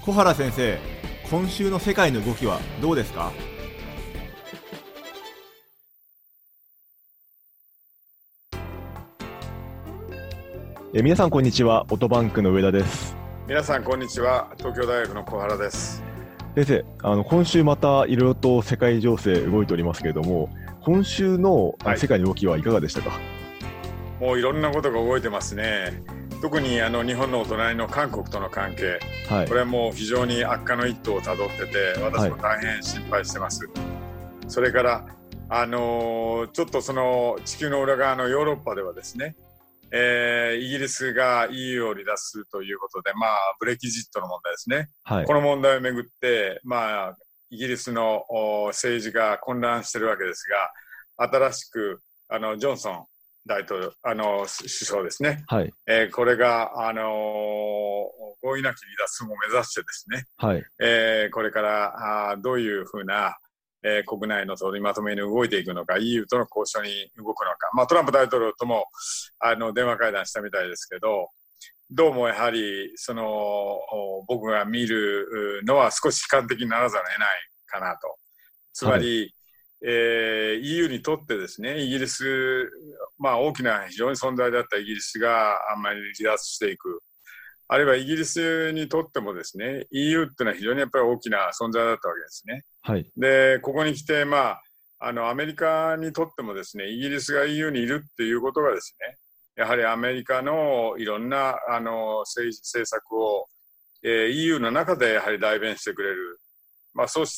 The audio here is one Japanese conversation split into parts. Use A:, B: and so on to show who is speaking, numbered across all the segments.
A: 小原先生、今週の世界の動きはどうですか？
B: 皆さんこんにちは。オトバンクの上田です。
C: 皆さんこんにちは。東京大学の小原です。
B: 先生、今週またいろいろと世界情勢動いておりますけれども、今週の世界の動きはいかがでしたか？
C: もういろんなことが動いてますね。特に日本のお隣の韓国との関係、これはもう非常に悪化の一途をたどってて、私も大変心配してます。それからちょっとその地球の裏側のヨーロッパではですね、イギリスが EU を離脱するということで、ブレキジットの問題ですね、この問題をめぐって、イギリスの政治が混乱しているわけですが、新しくジョンソン大統領首相ですね、これが合意なき離脱を目指してですね、これからどういうふうな国内の取りまとめに動いていくのか、 EU との交渉に動くのか、トランプ大統領とも電話会談したみたいですけど、どうもやはり僕が見るのは少し悲観的にならざるを得ないかなと。つまり、EU にとってですね、イギリス、大きな非常に存在だったイギリスがあんまり離脱していく、あるいはイギリスにとってもですね、 EU っていうのは非常にやっぱり大きな存在だったわけですね。でここに来て、アメリカにとってもですね、イギリスが EU にいるっていうことがですね、やはりアメリカのいろんな政策を、EU の中でやはり代弁してくれる、そうした、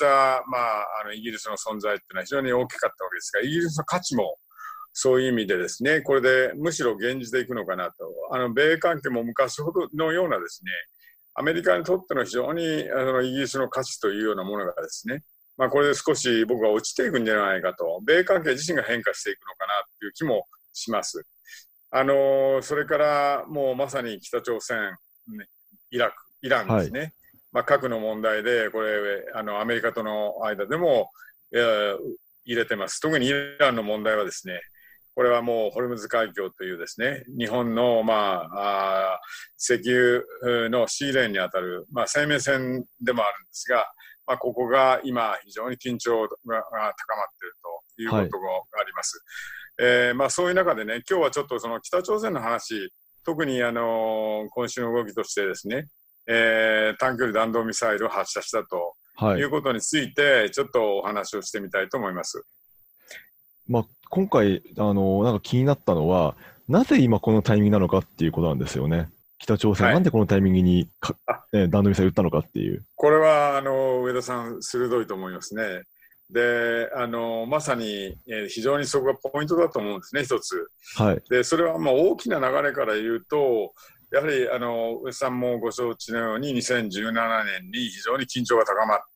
C: イギリスの存在っていうのは非常に大きかったわけですが、イギリスの価値もそういう意味でですね、これでむしろ減じていくのかなと。米関係も昔ほどのようなですね、アメリカにとっての非常にイギリスの価値というようなものがですね、これで少し僕は落ちていくんじゃないかと、米関係自身が変化していくのかなという気もします。それからもうまさに北朝鮮、イランですね、核の問題でこれアメリカとの間でも入れてます。特にイランの問題はですね、これはもうホルムズ海峡というですね、日本の石油のシーレーンにあたる、生命線でもあるんですが、ここが今非常に緊張が高まっているということがあります。そういう中でね、今日はちょっとその北朝鮮の話、特に今週の動きとしてですね、短距離弾道ミサイルを発射したということについてちょっとお話をしてみたいと思います。
B: 今回なんか気になったのは、なぜ今このタイミングなのかっていうことなんですよね。北朝鮮、なんでこのタイミングに弾道ミサイル撃ったのかっていう。これは
C: 上田さん鋭いと思いますね。でまさに、非常にそこがポイントだと思うんですね、一つ。でそれは大きな流れから言うと、やはり上田さんもご承知のように2017年に非常に緊張が高まった、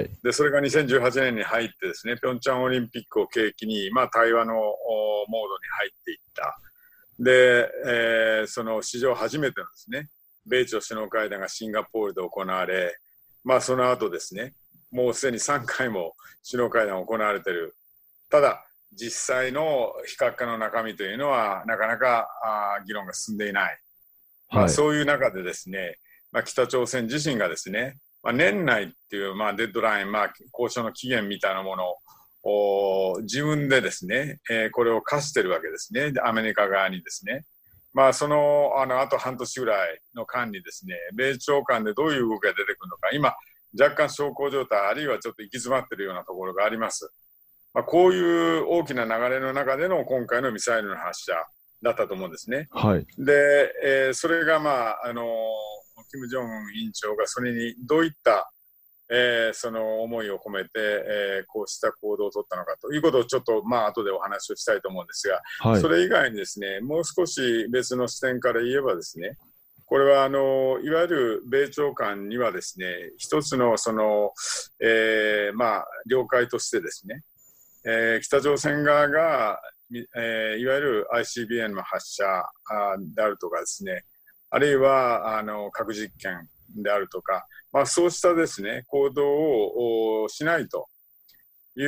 C: でそれが2018年に入ってですね、ピョンチャンオリンピックを契機に、対話のモードに入っていった。で、その史上初めてのですね、米朝首脳会談がシンガポールで行われ、その後ですね、もうすでに3回も首脳会談が行われている。ただ実際の非核化の中身というのはなかなか議論が進んでいない。そういう中でですね、北朝鮮自身がですね、年内っていう、デッドライン、交渉の期限みたいなものを自分でですね、これを課しているわけですね、アメリカ側にですね。あと半年ぐらいの間にですね、米朝間でどういう動きが出てくるのか、今若干小康状態、あるいはちょっと行き詰まっているようなところがあります。こういう大きな流れの中での今回のミサイルの発射だったと思うんですね。で、それが金正恩委員長がそれにどういった、その思いを込めて、こうした行動を取ったのかということをちょっと後でお話をしたいと思うんですが、それ以外にですね、もう少し別の視点から言えばですね、これはいわゆる米朝間にはですね、一つの了解としてですね、北朝鮮側がいわゆる ICBM の発射であるとかですね、あるいは核実験であるとか、そうしたですね行動をしないという、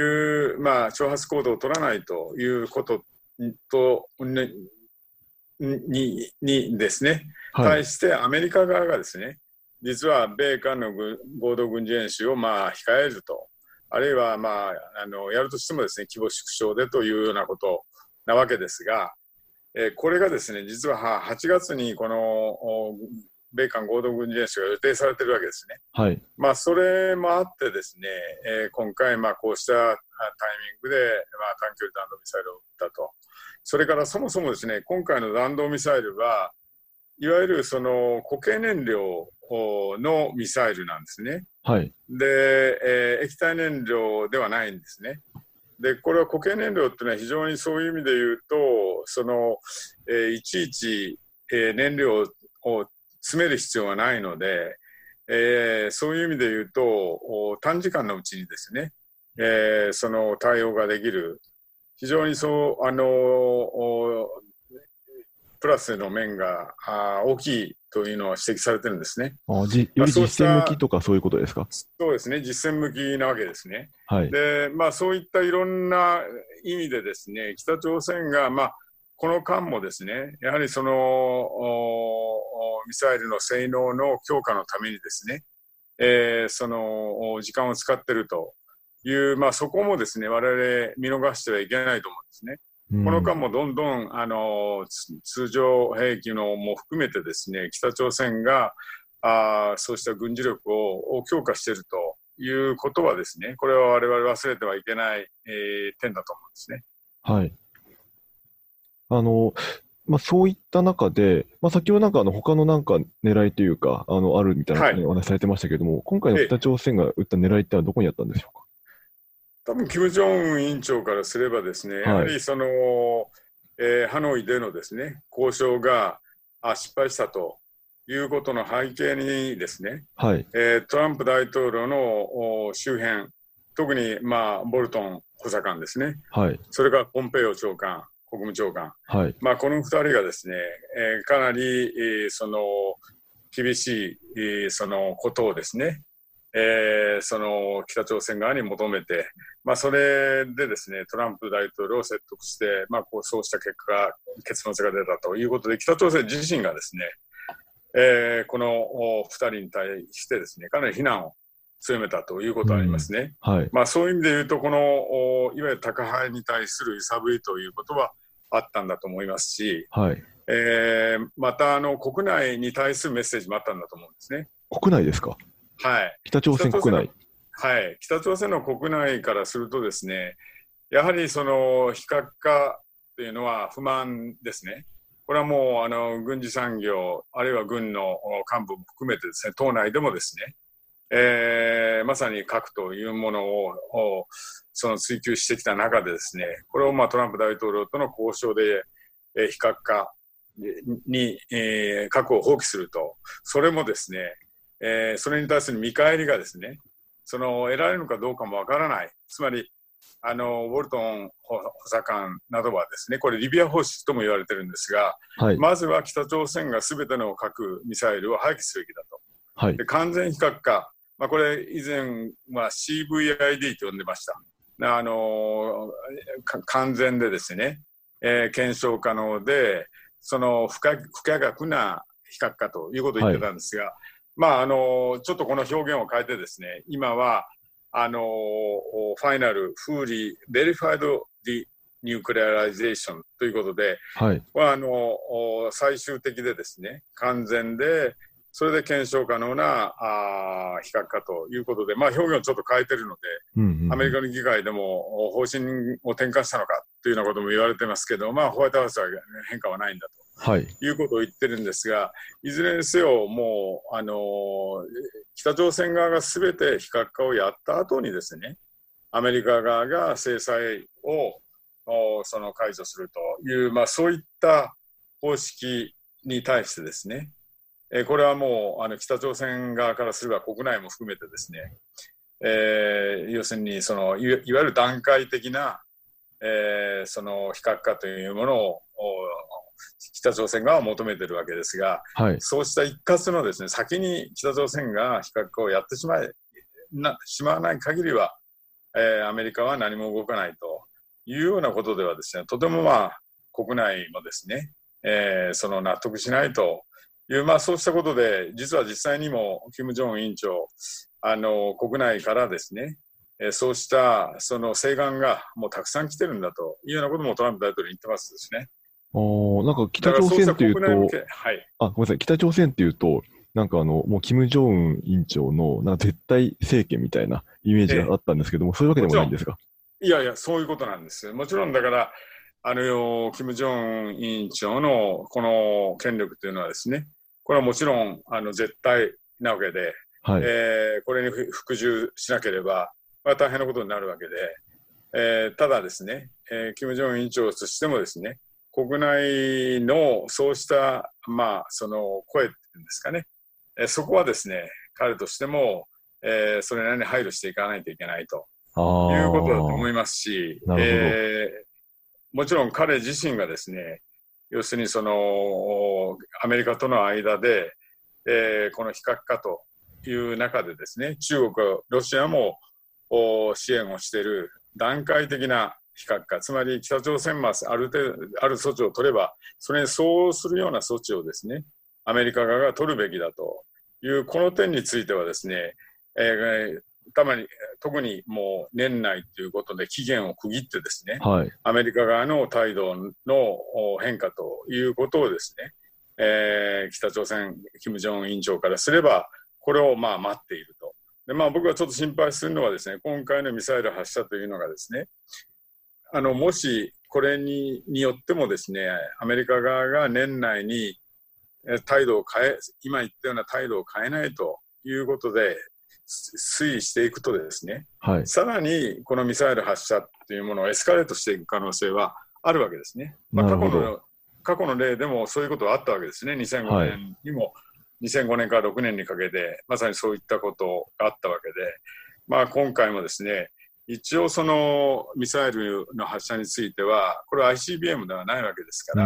C: 挑発行動を取らないということとにですね、対してアメリカ側がですね、 実は米韓の合同軍事演習を控えると、あるいはやるとしてもですね、規模縮小でというようなことなわけですが、これがですね、実は8月にこの米韓合同軍事演習が予定されているわけですね。
B: はい。
C: それもあってですね、今回こうしたタイミングで短距離弾道ミサイルを撃ったと。それからそもそもですね、今回の弾道ミサイルはいわゆるその固形燃料のミサイルなんですね。
B: はい。
C: で、液体燃料ではないんですね。で、これは固形燃料っていうのは非常にそういう意味で言うと、いちいち、燃料を詰める必要がないので、そういう意味で言うと、短時間のうちにですね、その対応ができる、非常にプラスの面が大きいというのは指摘されてるんですね。
B: より実践向きとかそういうことですか？
C: そうですね、実践向きなわけですね。
B: はい。
C: で、そういったいろんな意味でですね、北朝鮮が、この間もですね、やはりそのミサイルの性能の強化のためにですね、その時間を使っているという、そこもですね、我々見逃してはいけないと思うんですね。この間もどんどん通常兵器のも含めてですね、北朝鮮がそうした軍事力を強化しているということはですね、これは我々忘れてはいけない、点だと思うんですね。
B: はい。そういった中で、先ほど他の狙いというか、あるみたいなお話されてましたけれども、今回の北朝鮮が撃った狙いってのはどこにあったんでしょうか？
C: 多分、金正恩委員長からすればですね、やはりハノイでのですね、交渉が失敗したということの背景にですね、
B: はい。
C: トランプ大統領の周辺、特にボルトン補佐官ですね、
B: はい。
C: それからポンペイオ長官、国務長官、
B: はい。
C: この2人がですね、かなり、厳しい、そのことをですね、その北朝鮮側に求めて、それでですね、トランプ大統領を説得して、そうした結末が出たということで、北朝鮮自身がですね、この2人に対してですね、かなり非難を強めたということがありますね。
B: はい。
C: そういう意味で言うと、このいわゆる高派に対する揺さぶりということはあったんだと思いますし、
B: はい。
C: また国内に対するメッセージもあったんだと思うんですね。
B: 国内ですか？
C: はい。
B: 北朝鮮国内。
C: はい。北朝鮮の国内からするとですね、やはりその非核化というのは不満ですね。これはもう軍事産業、あるいは軍の幹部も含めてですね、党内でもですね、まさに核というものを追求してきた中でですね、これをトランプ大統領との交渉で、非核化に、核を放棄すると、それもですね、それに対する見返りがですね、得られるのかどうかもわからない。つまり、ウォルトン補佐官などはですね、これリビア方式とも言われてるんですが、
B: はい、
C: まずは北朝鮮が全ての核ミサイルを廃棄すべきだと。
B: はい、
C: で完全非核化、これ以前は CVID と呼んでました。完全でですね、検証可能で、その不可逆な非核化ということを言ってたんですが、ちょっとこの表現を変えてですね、今はファイナル、フーリー、ベリファイド・ディ・ニュークレアライゼーションということで、
B: はい、
C: 最終的でですね、完全で、それで検証可能な非核化ということで、表現をちょっと変えているので、アメリカの議会でも方針を転換したのかというようなことも言われてますけど、ホワイトハウスは変化はないんだと、いうことを言ってるんですが、いずれにせよ、もう北朝鮮側がすべて非核化をやった後にですね、アメリカ側が制裁を解除するという、そういった方式に対してですね、これはもう北朝鮮側からすれば国内も含めてですね、要するにいわゆる段階的な、その非核化というものを北朝鮮側は求めているわけですが、そうした一括のですね、先に北朝鮮が非核化をやってしまわない限りは、アメリカは何も動かないというようなことではですね、とても国内もですね、納得しないという、そうしたことで、実際にも金正恩委員長、国内からですね、そうしたその請願がもうたくさん来てるんだというようなこともトランプ大統領に言ってますですね。
B: なんか北朝鮮っていうと、
C: はい、
B: ごめんなさい、北朝鮮っていうと、なんかもう金正恩委員長のなんか絶対政権みたいなイメージがあったんですけども、そういうわけでもないんですか？
C: いやいや、そういうことなんです。もちろんだから、金正恩委員長のこの権力というのはですね、これはもちろん絶対なわけで、はい、これに服従しなければ、大変なことになるわけで、ただですね、金正恩委員長としてもですね、国内のそうした、その声っていうんですかね、そこはですね、彼としても、それなりに配慮していかないといけないということだと思いますし、もちろん彼自身がですね、要するにそのアメリカとの間で、この非核化という中でですね、中国、ロシアも支援をしている段階的な非核化、つまり北朝鮮もある措置を取れば、それにそうするような措置をですね、アメリカ側が取るべきだというこの点についてはですね、特にもう年内ということで期限を区切ってですね、はい、アメリカ側の態度の変化ということをですね、北朝鮮金正恩委員長からすればこれを待っていると。で、僕がちょっと心配するのはですね、今回のミサイル発射というのがですね、もしこれによってもですね、アメリカ側が年内に態度を今言ったような態度を変えないということで推移していくとですね、はい、さらにこのミサイル発射というものをエスカレートしていく可能性はあるわけですね。過去の例でもそういうことがあったわけですね。2005年にも、2005年から6年にかけてまさにそういったことがあったわけで、今回もですね、一応そのミサイルの発射についてはこれは ICBM ではないわけですから、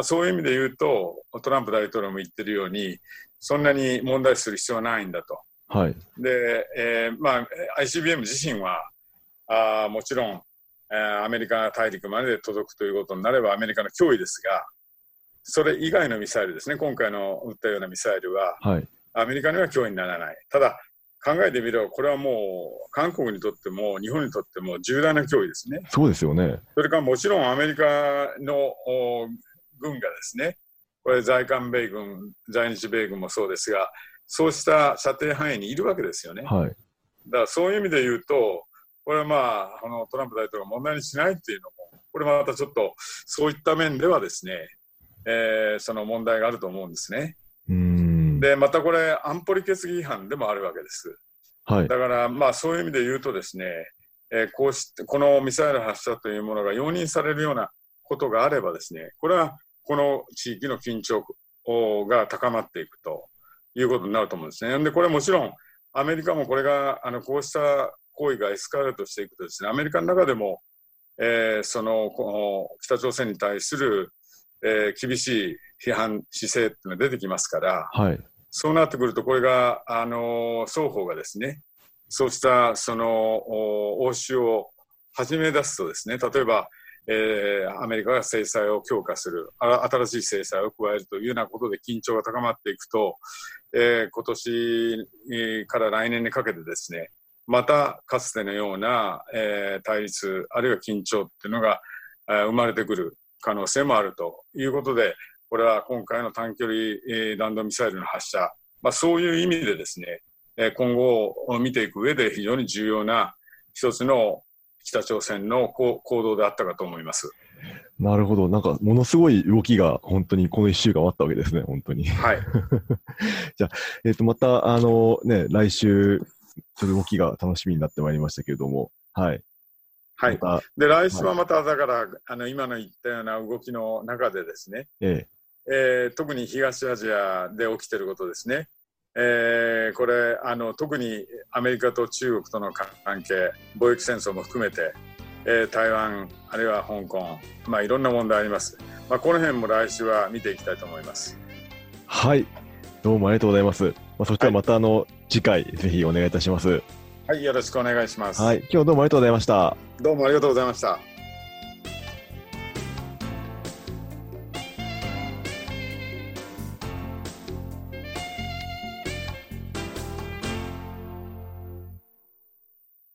C: そういう意味で言うとトランプ大統領も言ってるようにそんなに問題視する必要はないんだと。はい、で、ICBM 自身はもちろんアメリカ大陸まで届くということになればアメリカの脅威ですが、それ以外のミサイルですね、今回の撃ったようなミサイルは、はい、アメリカには脅威にならない。ただ考えてみればこれはもう韓国にとっても日本にとっても重大な脅威ですね。
B: そうですよね。
C: それからもちろんアメリカの軍がですね、これ在韓米軍、在日米軍もそうですが、そうした射程範囲にいるわけですよね。はい、だからそういう意味で言うと、これはトランプ大統領が問題にしないっていうのも、これまたちょっとそういった面ではですね、その問題があると思うんですね。で、またこれ安保理決議違反でもあるわけです。はい、だからそういう意味で言うとですね、このミサイル発射というものが容認されるようなことがあればですね、これはこの地域の緊張が高まっていくということになると思うんですね。で、これもちろんアメリカもこれがこうした行為がエスカレートしていくとですね、アメリカの中でも、その北朝鮮に対する、厳しい批判姿勢っていうのが出てきますから、はい、そうなってくるとこれが双方がですね、そうしたその応酬を始め出すとですね、例えばアメリカが制裁を強化する、新しい制裁を加えるというようなことで緊張が高まっていくと、今年から来年にかけてですね、またかつてのような、対立あるいは緊張っていうのが生まれてくる可能性もあるということで、これは今回の短距離弾道ミサイルの発射、そういう意味でですね、今後見ていく上で非常に重要な一つの北朝鮮の行動であったかと思います。
B: なるほど。なんかものすごい動きが本当にこの1週間あったわけですね、本当に。はい。じゃあ、また来週その動きが楽しみになってまいりましたけれども、はい。
C: はい。で、来週はまただから、今の言ったような動きの中でですね、特に東アジアで起きていることですね。これ特にアメリカと中国との関係、貿易戦争も含めて、台湾あるいは香港、いろんな問題あります。この辺も来週は見ていきたいと思います。
B: はい、どうもありがとうございます。そしたらまた次回ぜひお願いいたします。
C: はい、よろしくお願いします。
B: はい、今日どうもありがとうございました。
C: どうもありがとうございました。